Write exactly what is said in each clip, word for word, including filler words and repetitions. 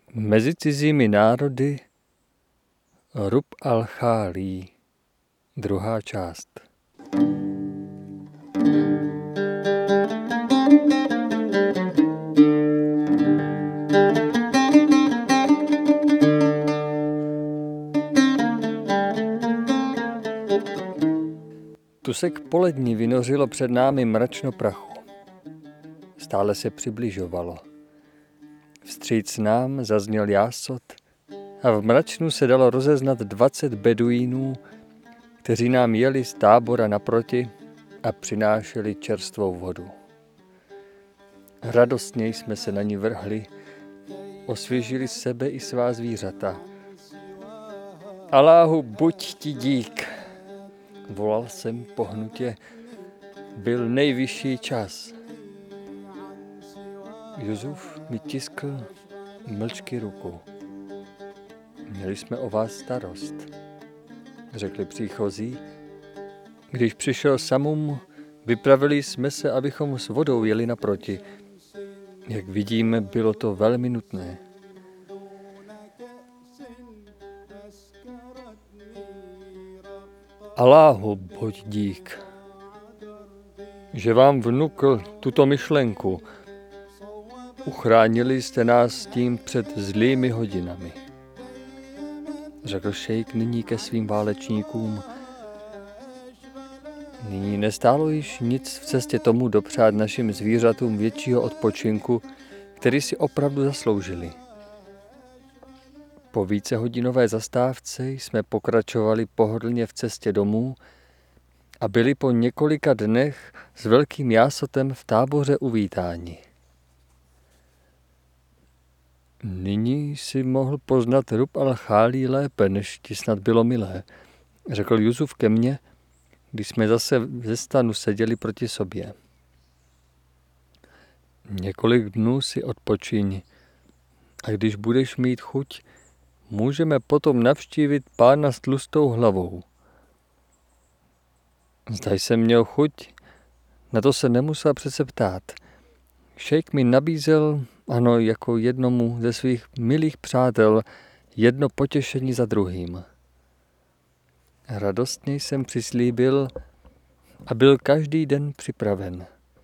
Mezi cizími národy Rub al-Chálí, druhá část. Tu se k poledni vynořilo před námi mračno prachu. Stále se přibližovalo. Vstříc nám zazněl jásot a v mračnu se dalo rozeznat dvacet beduínů, kteří nám jeli z tábora naproti a přinášeli čerstvou vodu. Radostně jsme se na ní vrhli, osvěžili sebe i svá zvířata. Aláhu, buď ti dík, volal jsem pohnutě, byl nejvyšší čas. Jusuf mi tiskl mlčky ruku. Měli jsme o vás starost, řekli příchozí. Když přišel Samum, vypravili jsme se, abychom s vodou jeli naproti. Jak vidíme, bylo to velmi nutné. Aláhu, buď dík, že vám vnukl tuto myšlenku. Uchránili jste nás tím před zlými hodinami, řekl šejk nyní ke svým válečníkům. Nyní nestálo již nic v cestě tomu dopřát našim zvířatům většího odpočinku, který si opravdu zasloužili. Po vícehodinové zastávce jsme pokračovali pohodlně v cestě domů a byli po několika dnech s velkým jásotem v táboře uvítáni. Nyní si mohl poznat Rub al-Chálí lépe, než ti snad bylo milé, řekl Jusuf ke mně, když jsme zase ze stanu seděli proti sobě. Několik dnů si odpočiň a když budeš mít chuť, můžeme potom navštívit pána s tlustou hlavou. Zda jsem měl chuť, na to se nemusel přece ptát. Šejk mi nabízel, ano, jako jednomu ze svých milých přátel, jedno potěšení za druhým. Radostně jsem přislíbil a byl každý den připraven.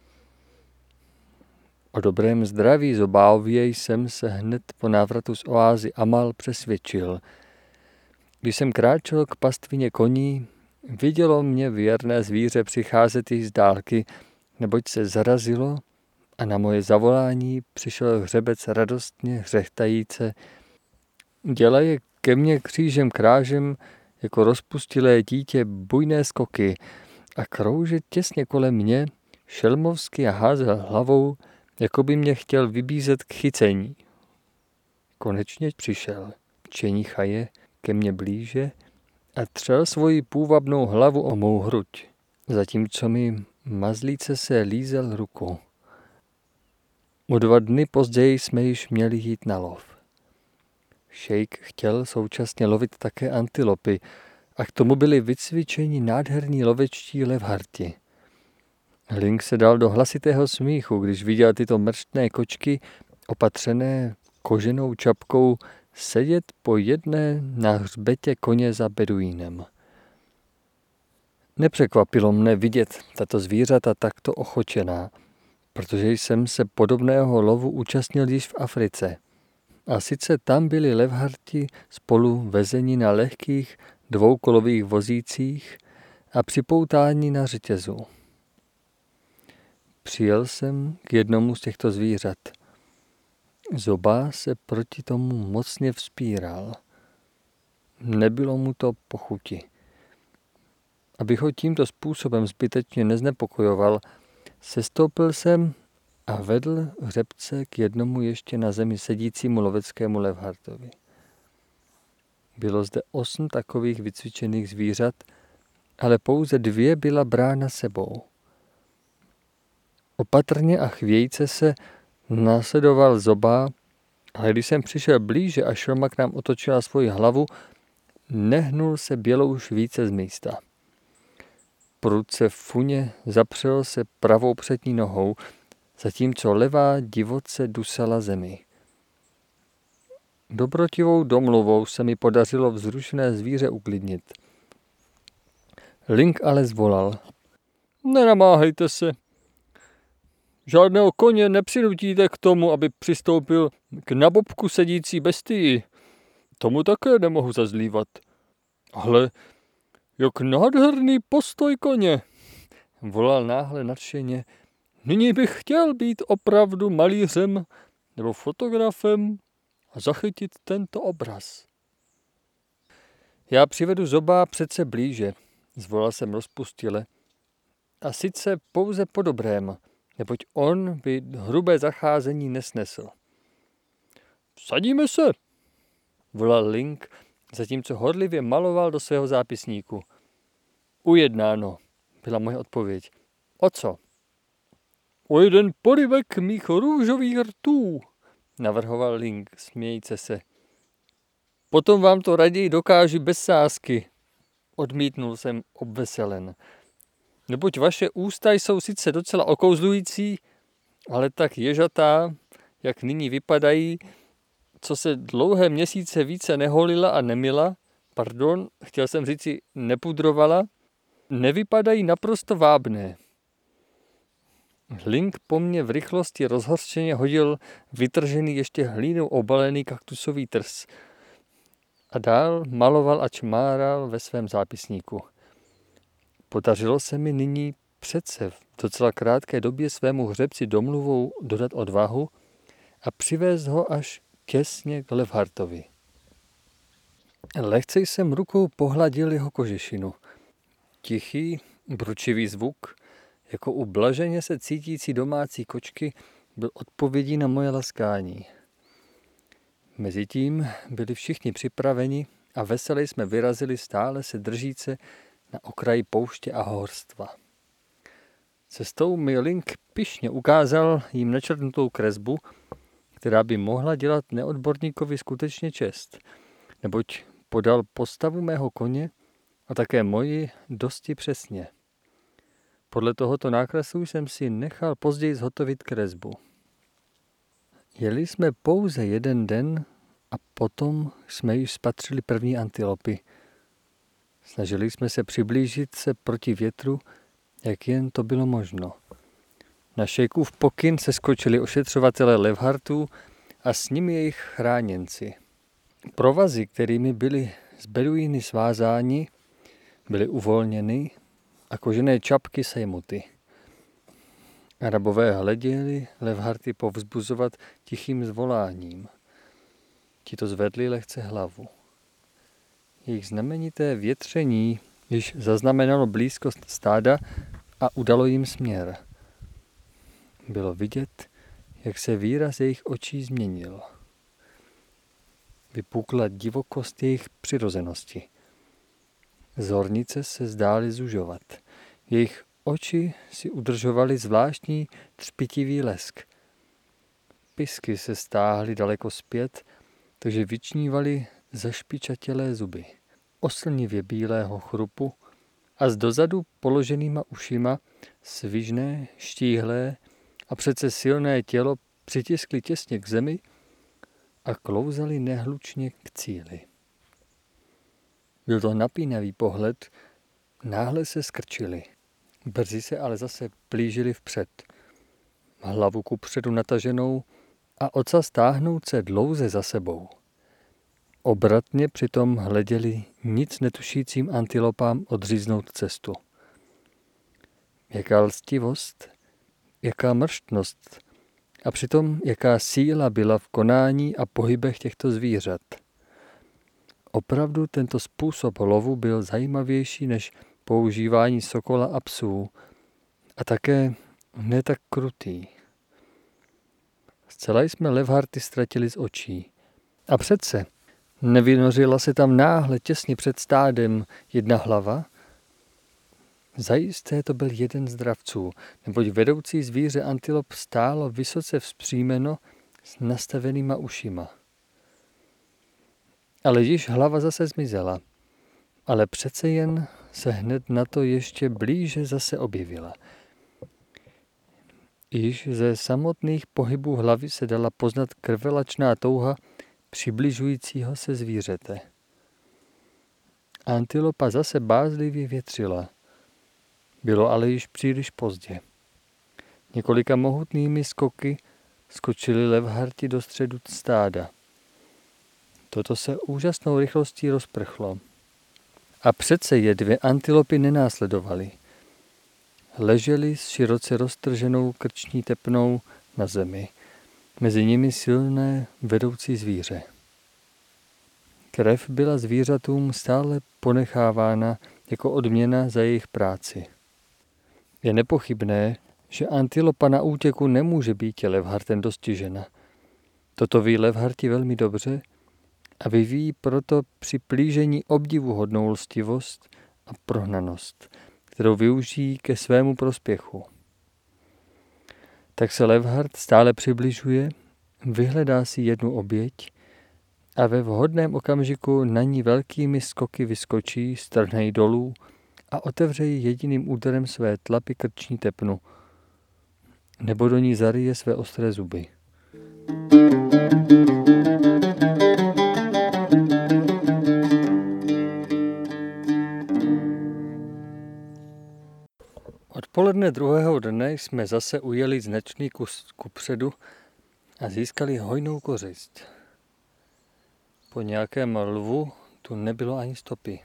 O dobrém zdraví Zobávě jsem se hned po návratu z oázy Amal přesvědčil. Když jsem kráčel k pastvině koní, vidělo mě věrné zvíře přicházet již z dálky, neboť se zarazilo a na moje zavolání přišel hřebec radostně hřechtajíce. Dělaje ke mně křížem krážem jako rozpustilé dítě bujné skoky a kroužet těsně kolem mě šelmovsky a házel hlavou, jako by mě chtěl vybízet k chycení. Konečně přišel čenichaje ke mně blíže a třel svoji půvabnou hlavu o mou hruď, zatímco mi mazlíce se lízel ruku. O dva dny později jsme již měli jít na lov. Šejk chtěl současně lovit také antilopy a k tomu byli vycvičeni nádherní lovečtí levharti. Link se dal do hlasitého smíchu, když viděl tyto mrštné kočky opatřené koženou čapkou sedět po jedné na hřbetě koně za beduínem. Nepřekvapilo mne vidět tato zvířata takto ochočená, protože jsem se podobného lovu účastnil již v Africe. A sice tam byli levharti spolu vezeni na lehkých dvoukolových vozících a připoutáni na řetězu. Přijel jsem k jednomu z těchto zvířat. Zoba se proti tomu mocně vzpíral. Nebylo mu to po chuti. Abych ho tímto způsobem zbytečně neznepokojoval, sestoupil jsem a vedl hřebce k jednomu ještě na zemi sedícímu loveckému levhartovi. Bylo zde osm takových vycvičených zvířat, ale pouze dvě byla brána sebou. Opatrně a chvějce se následoval Zoba, ale když jsem přišel blíže a šelma k nám otočila svoji hlavu, nehnul se bělouš více z místa. Prudce funě zapřel se pravou přední nohou, zatímco levá divoce dusala zemi. Dobrotivou domluvou se mi podařilo vzrušené zvíře uklidnit. Link ale zvolal. Nenamáhejte se. Žádného koně nepřinutíte k tomu, aby přistoupil k na bobku sedící bestii. Tomu také nemohu zazlívat. Ale jak nádherný postoj koně, volal náhle nadšeně. Nyní bych chtěl být opravdu malířem nebo fotografem a zachytit tento obraz. Já přivedu Zoba přece blíže, zvolal jsem rozpustile. A sice pouze po dobrém, neboť on by hrubé zacházení nesnesl. Vsadíme se, volal Link, zatímco horlivě maloval do svého zápisníku. Ujednáno, byla moje odpověď. O co? O jeden polivek mých růžových rtů, navrhoval Link, smějíce se. Potom vám to raději dokážu bez sázky, odmítnul jsem obveselen. Neboť vaše ústa jsou sice docela okouzlující, ale tak ježatá, jak nyní vypadají, co se dlouhé měsíce více neholila a nemila, pardon, chtěl jsem říci nepudrovala, nevypadají naprosto vábné. Link po mně v rychlosti rozhořčeně hodil vytržený ještě hlínou obalený kaktusový trs a dál maloval a čmáral ve svém zápisníku. Podařilo se mi nyní přece v docela krátké době svému hřebci domluvou dodat odvahu a přivést ho až těsně k Levhartovi. Lehce jsem rukou pohladil jeho kožešinu. Tichý, bručivý zvuk, jako u blaženě se cítící domácí kočky, byl odpovědí na moje laskání. Mezitím byli všichni připraveni a vesele jsme vyrazili stále se držíce na okraji pouště a horstva. Cestou mi Link pyšně ukázal jim načrtnutou kresbu, která by mohla dělat neodborníkovi skutečně čest, neboť podal postavu mého koně a také moji dosti přesně. Podle tohoto nákresu jsem si nechal později zhotovit kresbu. Jeli jsme pouze jeden den a potom jsme již spatřili první antilopy. Snažili jsme se přiblížit se proti větru, jak jen to bylo možno. Na šejkův pokyn se skočili ošetřovatelé Levhartů a s nimi jejich chráněnci. Provazy, kterými byli z beduíny svázáni, byly uvolněny a kožené čapky sejmuty. Arabové hleděli Levharty povzbuzovat tichým zvoláním. Ti to zvedli lehce hlavu. Jejich znamenité větření již zaznamenalo blízkost stáda a udalo jim směr. Bylo vidět, jak se výraz jejich očí změnil. Vypukla divokost jejich přirozenosti. Zornice se zdály zužovat. Jejich oči si udržovaly zvláštní třpitivý lesk. Pisky se stáhly daleko zpět, takže vyčnívaly zašpičatělé zuby. Oslnivě bílého chrupu a s dozadu položenýma ušima svižné, štíhlé a přece silné tělo přitiskli těsně k zemi a klouzali nehlučně k cíli. Byl to napínavý pohled, náhle se skrčili. Brzy se ale zase plížili vpřed. Hlavu kupředu nataženou a oca stáhnout se dlouze za sebou. Obratně přitom hleděli nic netušícím antilopám odříznout cestu. Jaká lstivost, jaká mrštnost a přitom jaká síla byla v konání a pohybech těchto zvířat. Opravdu tento způsob lovu byl zajímavější než používání sokola a psů a také ne tak krutý. Zcela jsme Levharty ztratili z očí. A přece nevynořila se tam náhle těsně před stádem jedna hlava? Zajisté to byl jeden z dravců, neboť vedoucí zvíře antilop stálo vysoce vzpřímeno s nastavenýma ušima. Ale již hlava zase zmizela, ale přece jen se hned na to ještě blíže zase objevila. Již ze samotných pohybů hlavy se dala poznat krvelačná touha přibližujícího se zvířete. Antilopa zase bázlivě větřila. Bylo ale již příliš pozdě. Několika mohutnými skoky skočili levharti do středu stáda. Toto se úžasnou rychlostí rozprchlo. A přece je dvě antilopy nenásledovaly. Ležely s široce roztrženou krční tepnou na zemi. Mezi nimi silné vedoucí zvíře. Krev byla zvířatům stále ponechávána jako odměna za jejich práci. Je nepochybné, že antilopa na útěku nemůže být levhartem dostižena. Toto ví levharti velmi dobře a vyvíjí proto při plížení obdivuhodnou lstivost a prohnanost, kterou využijí ke svému prospěchu. Tak se levhart stále přibližuje, vyhledá si jednu oběť a ve vhodném okamžiku na ní velkými skoky vyskočí, strhne ji dolů a otevře ji jediným úderem své tlapy krční tepnu, nebo do ní zaryje své ostré zuby. Odpoledne druhého dne jsme zase ujeli značný kus kupředu a získali hojnou kořist. Po nějakém lvu tu nebylo ani stopy.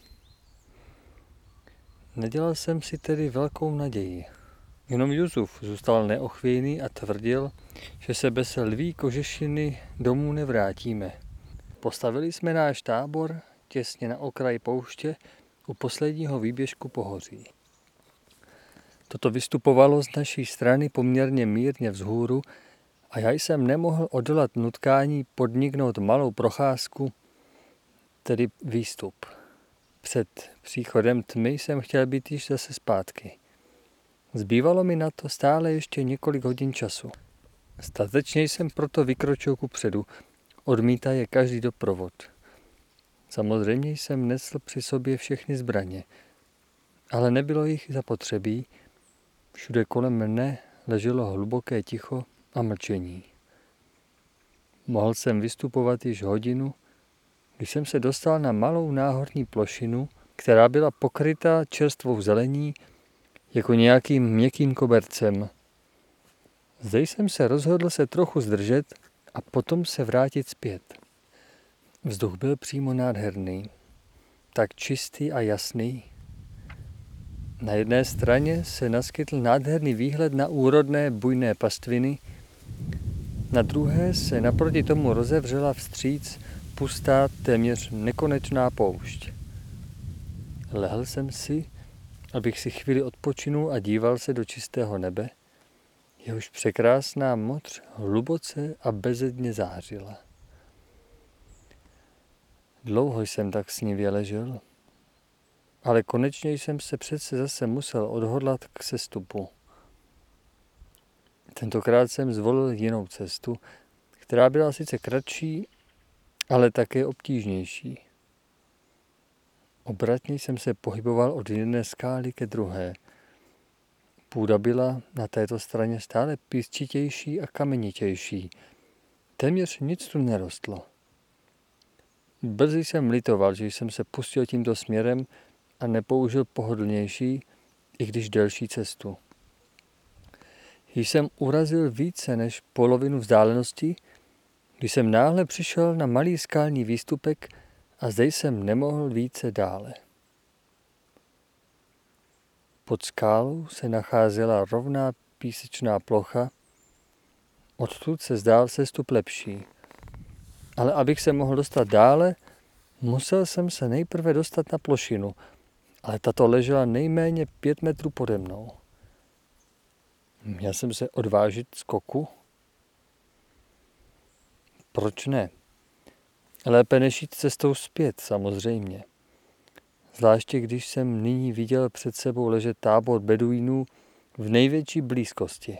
Nedělal jsem si tedy velkou naději. Jenom Jusuf zůstal neochvějný a tvrdil, že se bez lví kožešiny domů nevrátíme. Postavili jsme náš tábor těsně na okraji pouště u posledního výběžku pohoří. Toto vystupovalo z naší strany poměrně mírně vzhůru a já jsem nemohl odolat nutkání podniknout malou procházku, tedy výstup. Před příchodem tmy jsem chtěl být již zase zpátky. Zbývalo mi na to stále ještě několik hodin času. Statečně jsem proto vykročil kupředu, odmítaje každý doprovod. Samozřejmě jsem nesl při sobě všechny zbraně, ale nebylo jich zapotřebí. Všude kolem mne leželo hluboké ticho a mlčení. Mohl jsem vystupovat již hodinu, když jsem se dostal na malou náhorní plošinu, která byla pokryta čerstvou zelení jako nějakým měkkým kobercem. Zde jsem se rozhodl se trochu zdržet a potom se vrátit zpět. Vzduch byl přímo nádherný, tak čistý a jasný. Na jedné straně se naskytl nádherný výhled na úrodné bujné pastviny, na druhé se naproti tomu rozevřela vstříc pustá, téměř nekonečná poušť. Lehl jsem si, abych si chvíli odpočinul a díval se do čistého nebe, jehož překrásná modř hluboce a bezedně zářila. Dlouho jsem tak snivě ležel, ale konečně jsem se přece zase musel odhodlat k sestupu. Tentokrát jsem zvolil jinou cestu, která byla sice kratší, ale také obtížnější. Obratně jsem se pohyboval od jedné skály ke druhé. Půda byla na této straně stále písčitější a kamenitější. Téměř nic tu nerostlo. Brzy jsem litoval, že jsem se pustil tímto směrem a nepoužil pohodlnější, i když delší cestu. Již jsem urazil více než polovinu vzdálenosti, když jsem náhle přišel na malý skalní výstupek a zde jsem nemohl více dále. Pod skálou se nacházela rovná písečná plocha, odtud se zdál sestup lepší. Ale abych se mohl dostat dále, musel jsem se nejprve dostat na plošinu, ale tato ležela nejméně pět metrů pode mnou. Měl jsem se odvážit skoku? Proč ne? Lépe než jít cestou zpět, samozřejmě. Zvláště když jsem nyní viděl před sebou ležet tábor beduínů v největší blízkosti.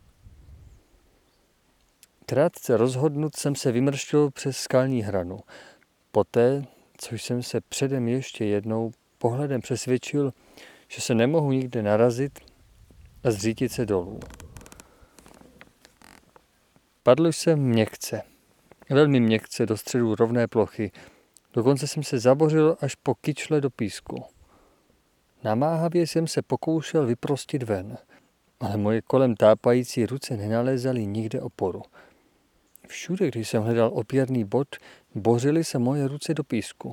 Krátce rozhodnut jsem se vymrštil přes skalní hranu. Poté, co jsem se předem ještě jednou pohledem přesvědčil, že se nemohu nikde narazit a zřítit se dolů. Padl jsem měkce, velmi měkce do středu rovné plochy. Dokonce jsem se zabořil až po kyčle do písku. Namáhavě jsem se pokoušel vyprostit ven, ale moje kolem tápající ruce nenalézaly nikde oporu. Všude, když jsem hledal opěrný bod, bořily se moje ruce do písku.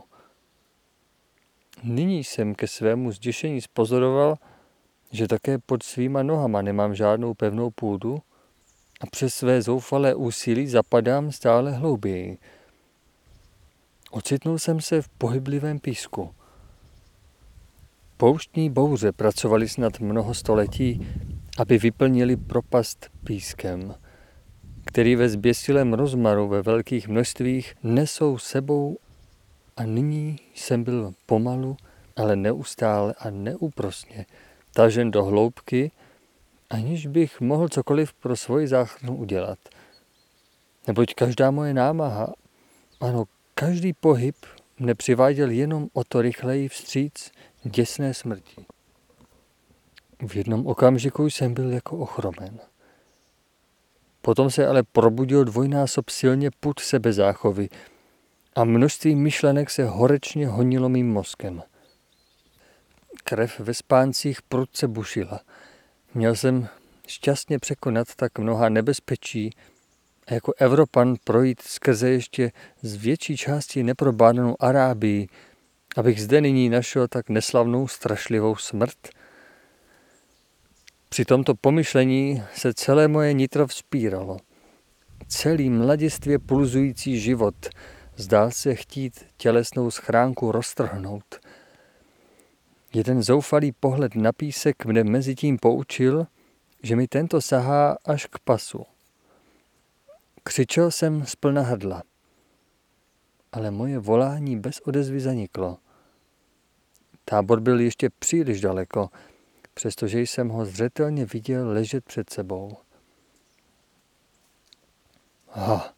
Nyní jsem ke svému zděšení spozoroval, že také pod svýma nohama nemám žádnou pevnou půdu a přes své zoufalé úsilí zapadám stále hlouběji. Ocitnul jsem se v pohyblivém písku. Pouštní bouře pracovaly snad mnoho století, aby vyplnili propast pískem, který ve zběsilém rozmaru ve velkých množstvích nesou sebou, a nyní jsem byl pomalu, ale neustále a neúprosně tažen do hloubky, aniž bych mohl cokoliv pro svoji záchranu udělat. Neboť každá moje námaha, ano, každý pohyb mne přiváděl jenom o to rychleji vstříc děsné smrti. V jednom okamžiku jsem byl jako ochromen. Potom se ale probudil dvojnásob silně pud sebezáchovy a množství myšlenek se horečně honilo mým mozkem. Krev ve spáncích prudce bušila. Měl jsem šťastně překonat tak mnoha nebezpečí a jako Evropan projít skrze ještě z větší části neprobádanou Arábii, abych zde nyní našel tak neslavnou strašlivou smrt. Při tomto pomyšlení se celé moje nitro vzpíralo. Celý mladistvě pulzující život zdál se chtít tělesnou schránku roztrhnout. Jeden zoufalý pohled na písek mne mezitím poučil, že mi tento sahá až k pasu. Křičel jsem zplna hrdla, ale moje volání bez odezvy zaniklo. Tábor byl ještě příliš daleko, přestože jsem ho zřetelně viděl ležet před sebou. Ha!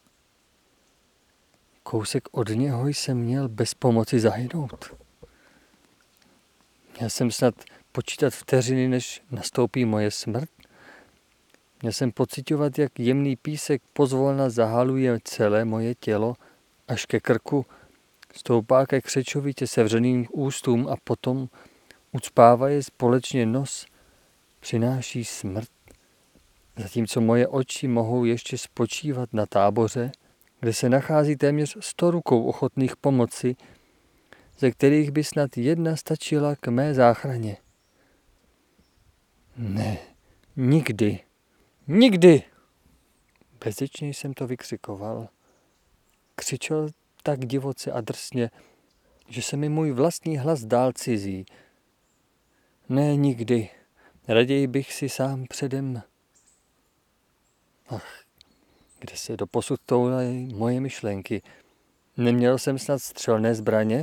Kousek od něho jsem měl bez pomoci zahynout. Měl jsem snad počítat vteřiny, než nastoupí moje smrt? Měl jsem pociťovat, jak jemný písek pozvolna zahaluje celé moje tělo až ke krku, stoupá ke křečovitě sevřeným ústům a potom ucpává je společně nos, přináší smrt, zatímco moje oči mohou ještě spočívat na táboře, kde se nachází téměř sto rukou ochotných pomoci, ze kterých by snad jedna stačila k mé záchraně. Ne, nikdy, nikdy! Bezděčně jsem to vykřikoval. Křičel tak divoce a drsně, že se mi můj vlastní hlas dál cizí. Ne, nikdy. Raději bych si sám předem... Ach, kde se doposud toulají moje myšlenky. Neměl jsem snad střelné zbraně?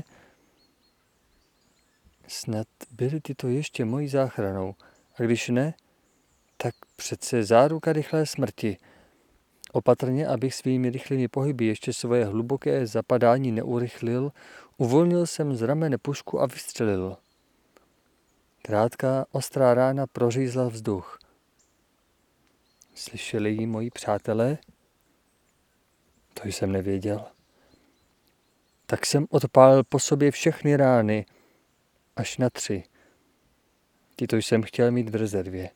Snad byly tyto ještě mojí záchranou. A když ne, tak přece záruka rychlé smrti. Opatrně, abych svými rychlými pohyby ještě svoje hluboké zapadání neurychlil, uvolnil jsem z ramene pušku a vystřelil. Krátká, ostrá rána prořízla vzduch. Slyšeli ji moji přátelé? To jsem nevěděl. Tak jsem odpálil po sobě všechny rány, až na tři. Tyto jsem chtěl mít v rezervě.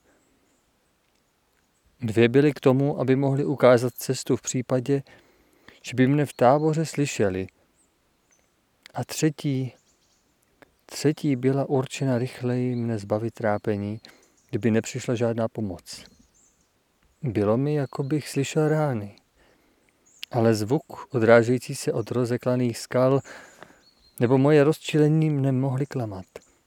Dvě byly k tomu, aby mohli ukázat cestu v případě, že by mne v táboře slyšeli. A třetí, třetí byla určena rychleji mne zbavit trápení, kdyby nepřišla žádná pomoc. Bylo mi, jako bych slyšel rány, ale zvuk odrážející se od rozeklaných skal nebo moje rozčilení mne mohly klamat.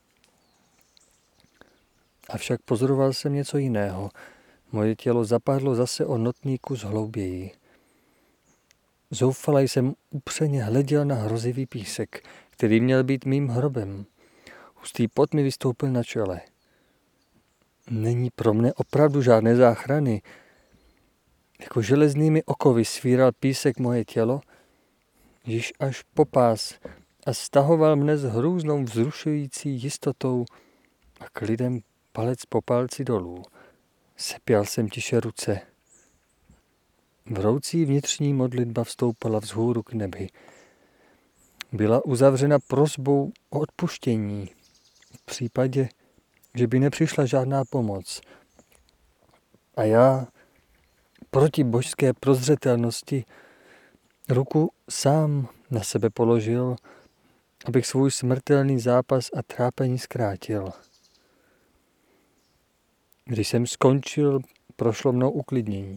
Avšak pozoroval jsem něco jiného. Moje tělo zapadlo zase o notný kus hlouběji. Zoufale jsem upřeně hleděl na hrozivý písek, který měl být mým hrobem. Hustý pot mi vystoupil na čele. Není pro mne opravdu žádné záchrany. Jako železnými okovy svíral písek moje tělo, již až po pás, a stahoval mne s hrůznou vzrušující jistotou a klidem palec po palci dolů. Sepěl jsem tiše ruce. Vroucí vnitřní modlitba vstoupala vzhůru k nebi. Byla uzavřena prosbou o odpuštění v případě, že by nepřišla žádná pomoc. A já proti božské prozřetelnosti ruku sám na sebe položil, abych svůj smrtelný zápas a trápení zkrátil. Když jsem skončil, prošlo mnou uklidnění.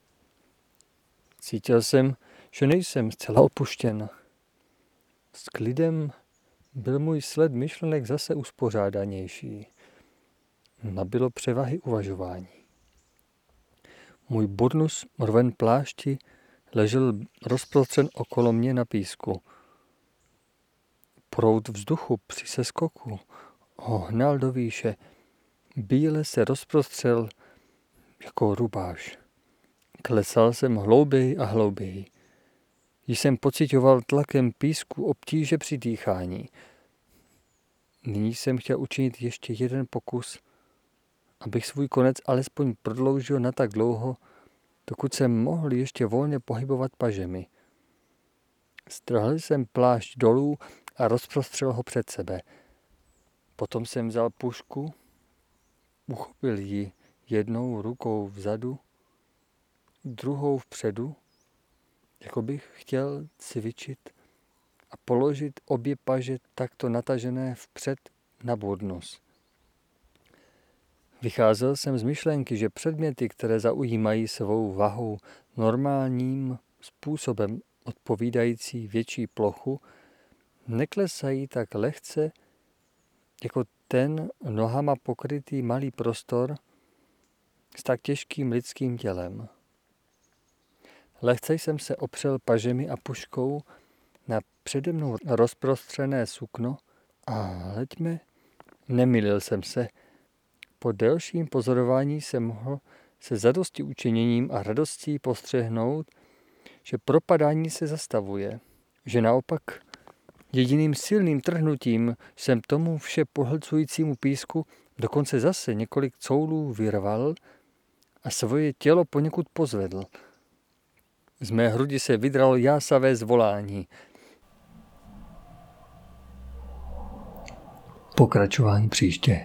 Cítil jsem, že nejsem zcela opuštěn. S klidem byl můj sled myšlenek zase uspořádanější. Nabylo převahy uvažování. Můj burnus rven plášti ležel rozprostřen okolo mě na písku. Proud vzduchu při seskoku ho hnal do výše. Bíle se rozprostřel jako rubáš. Klesal jsem hlouběji a hlouběji. Již jsem pociťoval tlakem písku obtíže při dýchání. Nyní jsem chtěl učinit ještě jeden pokus, abych svůj konec alespoň prodloužil na tak dlouho, dokud jsem mohl ještě volně pohybovat pažemi. Strhl jsem plášť dolů a rozprostřel ho před sebe. Potom jsem vzal pušku, uchopil ji jednou rukou vzadu, druhou vpředu, jako bych chtěl cvičit a položit obě paže takto natažené vpřed na burnus. Vycházel jsem z myšlenky, že předměty, které zaujímají svou vahou normálním způsobem odpovídající větší plochu, neklesají tak lehce jako ten nohama pokrytý malý prostor s tak těžkým lidským tělem. Lehce jsem se opřel pažemi a puškou na přede mnou rozprostřené sukno a hleďme, nemylil jsem se. Po delším pozorování jsem mohl se zadosti učiněním a radostí postřehnout, že propadání se zastavuje, že naopak jediným silným trhnutím jsem tomu vše pohlcujícímu písku dokonce zase několik coulů vyrval a svoje tělo poněkud pozvedl. Z mé hrudi se vydralo jásavé zvolání. Pokračování příště.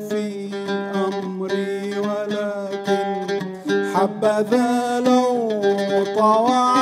حبذا لو wa wa